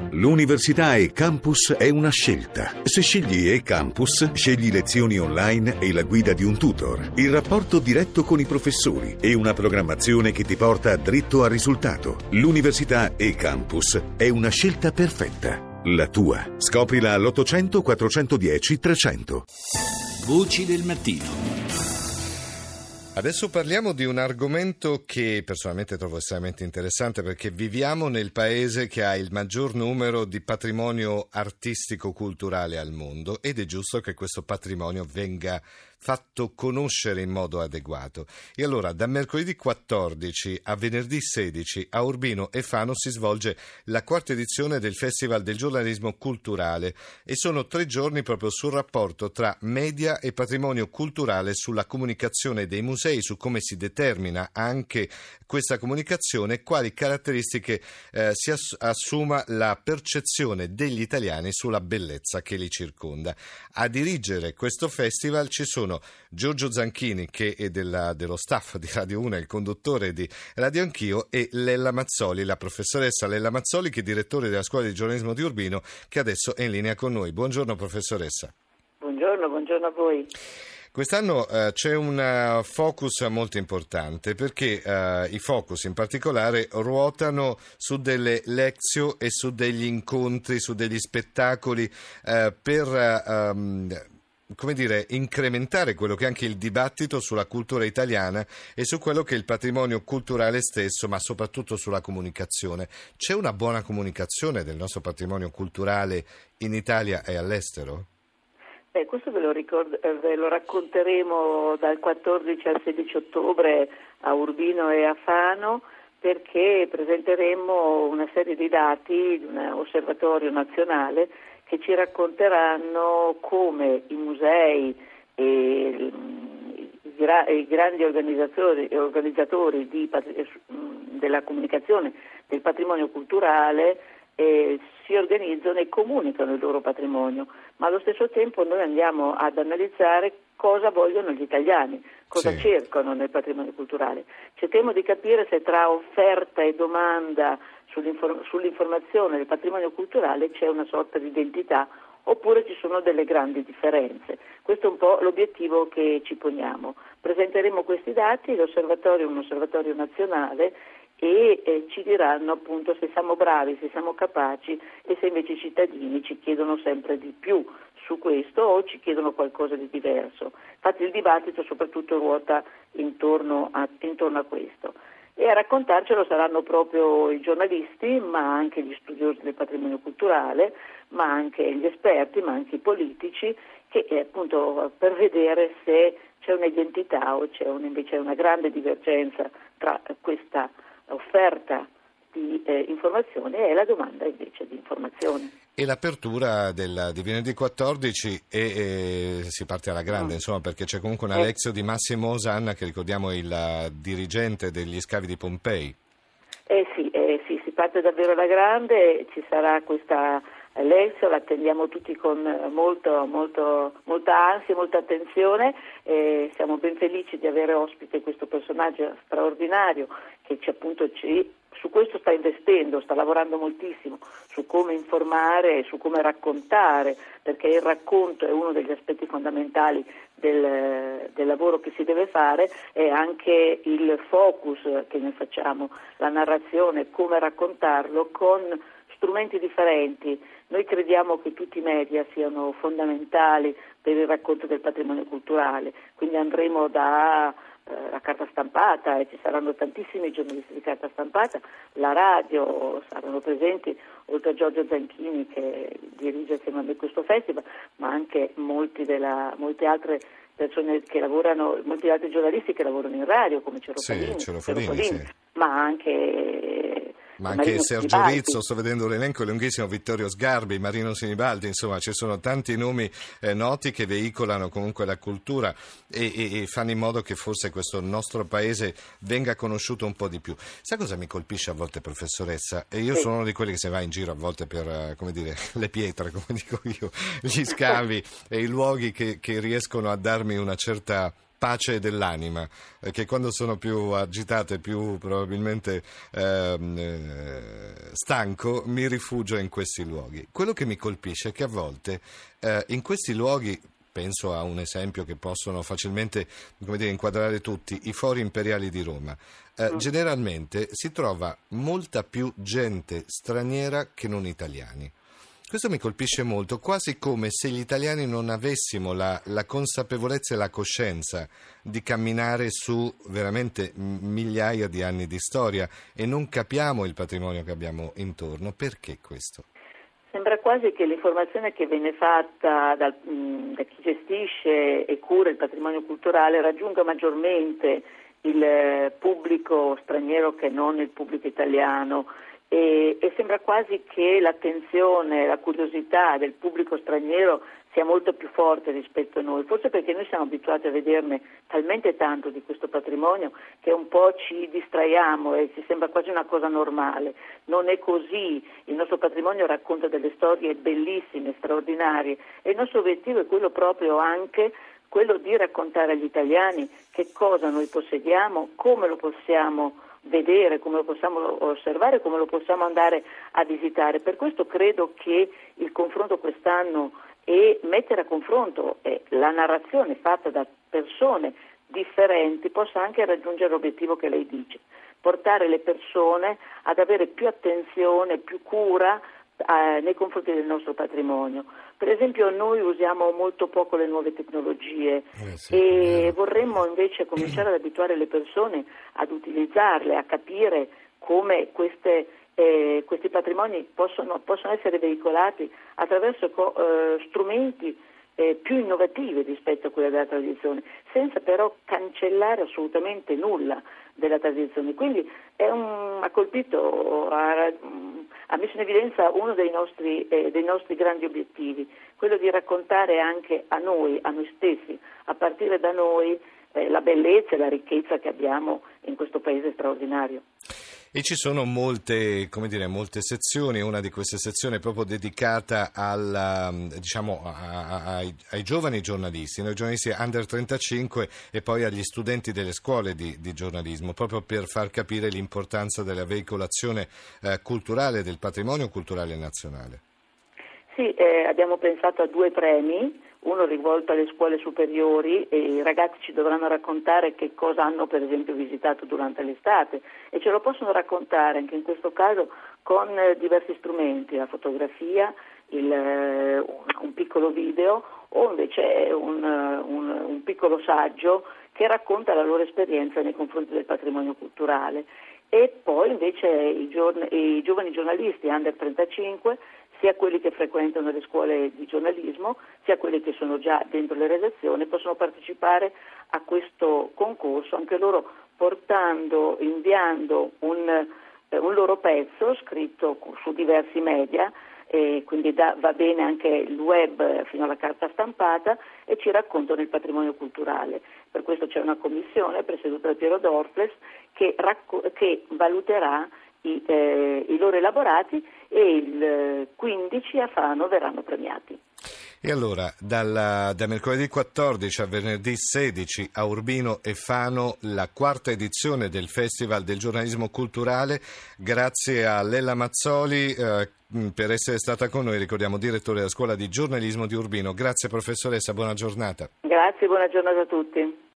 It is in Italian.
L'università e-Campus è una scelta. Se scegli e-Campus, scegli lezioni online e la guida di un tutor, il rapporto diretto con i professori e una programmazione che ti porta dritto al risultato. L'università e-Campus è una scelta perfetta. La tua. Scoprila all'800 410 300. Voci del mattino. Adesso parliamo di un argomento che personalmente trovo estremamente interessante, perché viviamo nel paese che ha il maggior numero di patrimonio artistico-culturale al mondo ed è giusto che questo patrimonio venga fatto conoscere in modo adeguato. E allora da mercoledì 14 a venerdì 16 a Urbino e Fano si svolge la quarta edizione del Festival del giornalismo culturale e sono 3 giorni proprio sul rapporto tra media e patrimonio culturale, sulla comunicazione dei musei, su come si determina anche questa comunicazione e quali caratteristiche si assuma la percezione degli italiani sulla bellezza che li circonda. A dirigere questo festival ci sono Giorgio Zanchini, che è dello staff di Radio 1, il conduttore di Radio Anch'io, e Lella Mazzoli, la professoressa Lella Mazzoli, che è direttore della Scuola di Giornalismo di Urbino, che adesso è in linea con noi. Buongiorno professoressa. Buongiorno a voi. Quest'anno c'è un focus molto importante, perché i focus in particolare ruotano su delle lezioni e su degli incontri, su degli spettacoli per incrementare quello che è anche il dibattito sulla cultura italiana e su quello che è il patrimonio culturale stesso, ma soprattutto sulla comunicazione. C'è una buona comunicazione del nostro patrimonio culturale in Italia e all'estero? Questo ve lo racconteremo dal 14 al 16 ottobre a Urbino e a Fano, perché presenteremo una serie di dati di un osservatorio nazionale che ci racconteranno come i musei e i grandi organizzatori della comunicazione del patrimonio culturale si organizzano e comunicano il loro patrimonio, ma allo stesso tempo noi andiamo ad analizzare cosa vogliono gli italiani, cosa cercano nel patrimonio culturale. Cerchiamo di capire se tra offerta e domanda sull'informazione del patrimonio culturale c'è una sorta di identità oppure ci sono delle grandi differenze. Questo è un po' l'obiettivo che ci poniamo. Presenteremo questi dati, l'osservatorio è un osservatorio nazionale e ci diranno appunto se siamo bravi, se siamo capaci e se invece i cittadini ci chiedono sempre di più su questo o ci chiedono qualcosa di diverso. Infatti il dibattito soprattutto ruota intorno a questo. E a raccontarcelo saranno proprio i giornalisti, ma anche gli studiosi del patrimonio culturale, ma anche gli esperti, ma anche i politici, che appunto per vedere se c'è un'identità o c'è invece una grande divergenza tra questa offerta di informazione e la domanda invece di informazione. E l'apertura di venerdì 14 si parte alla grande, insomma, perché c'è comunque una lezione di Massimo Osanna, che ricordiamo il dirigente degli scavi di Pompei. Sì, si parte davvero alla grande, ci sarà questa lezione, la attendiamo tutti con molta ansia, molta attenzione, siamo ben felici di avere ospite questo personaggio straordinario che su questo sta investendo, sta lavorando moltissimo su come informare, su come raccontare, perché il racconto è uno degli aspetti fondamentali del lavoro che si deve fare, e anche il focus che noi facciamo, la narrazione, come raccontarlo con strumenti differenti. Noi crediamo che tutti i media siano fondamentali per il racconto del patrimonio culturale, quindi andremo da la carta stampata e ci saranno tantissimi giornalisti di carta stampata, la radio, saranno presenti oltre a Giorgio Zanchini che dirige assieme a me questo festival, ma anche molte altre persone che lavorano, molti altri giornalisti che lavorano in radio come Cerofalini, ma anche Sergio Rizzo, sto vedendo l'elenco lunghissimo, Vittorio Sgarbi, Marino Sinibaldi, insomma ci sono tanti nomi noti che veicolano comunque la cultura e fanno in modo che forse questo nostro paese venga conosciuto un po' di più. Sa cosa mi colpisce a volte, professoressa? E io sono uno di quelli che se va in giro a volte per, le pietre, come dico io, gli scavi e i luoghi che riescono a darmi una certa pace dell'anima, che quando sono più agitato e più probabilmente stanco mi rifugio in questi luoghi. Quello che mi colpisce è che a volte in questi luoghi, penso a un esempio che possono facilmente, inquadrare tutti, i fori imperiali di Roma, generalmente si trova molta più gente straniera che non italiani. Questo mi colpisce molto, quasi come se gli italiani non avessimo la consapevolezza e la coscienza di camminare su veramente migliaia di anni di storia e non capiamo il patrimonio che abbiamo intorno. Perché questo? Sembra quasi che l'informazione che viene fatta da chi gestisce e cura il patrimonio culturale raggiunga maggiormente il pubblico straniero che non il pubblico italiano. E sembra quasi che l'attenzione, la curiosità del pubblico straniero sia molto più forte rispetto a noi, forse perché noi siamo abituati a vederne talmente tanto di questo patrimonio che un po' ci distraiamo e ci sembra quasi una cosa normale. Non è così, il nostro patrimonio racconta delle storie bellissime, straordinarie, e il nostro obiettivo è quello proprio anche quello di raccontare agli italiani che cosa noi possediamo, come lo possiamo vedere, come lo possiamo osservare, come lo possiamo andare a visitare. Per questo credo che il confronto quest'anno e mettere a confronto la narrazione fatta da persone differenti possa anche raggiungere l'obiettivo che lei dice, portare le persone ad avere più attenzione, più cura nei confronti del nostro patrimonio. Per esempio noi usiamo molto poco le nuove tecnologie e vorremmo invece cominciare ad abituare le persone ad utilizzarle, a capire come questi patrimoni possono essere veicolati attraverso strumenti più innovativi rispetto a quelli della tradizione, senza però cancellare assolutamente nulla della tradizione. Quindi ha colpito, ha messo in evidenza uno dei nostri grandi obiettivi, quello di raccontare anche a noi stessi, a partire da noi, la bellezza e la ricchezza che abbiamo in questo paese straordinario. E ci sono molte sezioni, una di queste sezioni è proprio dedicata ai giovani giornalisti, noi giornalisti under 35 e poi agli studenti delle scuole di giornalismo, proprio per far capire l'importanza della veicolazione culturale, del patrimonio culturale nazionale. Sì, abbiamo pensato a 2 premi, uno rivolto alle scuole superiori e i ragazzi ci dovranno raccontare che cosa hanno per esempio visitato durante l'estate e ce lo possono raccontare anche in questo caso con diversi strumenti, la fotografia, un piccolo video o invece un piccolo saggio che racconta la loro esperienza nei confronti del patrimonio culturale. E poi invece i giovani giornalisti under 35, sia quelli che frequentano le scuole di giornalismo, sia quelli che sono già dentro le redazioni, possono partecipare a questo concorso, anche loro inviando un loro pezzo scritto su diversi media, quindi va bene anche il web fino alla carta stampata, e ci raccontano il patrimonio culturale. Per questo c'è una commissione presieduta da Piero Dorfles che valuterà i loro elaborati e il 15 a Fano verranno premiati. E allora, da mercoledì 14 a venerdì 16 a Urbino e Fano, la 4ª edizione del Festival del giornalismo culturale. Grazie a Lella Mazzoli per essere stata con noi, ricordiamo direttore della Scuola di Giornalismo di Urbino. Grazie professoressa, buona giornata. Grazie, buona giornata a tutti.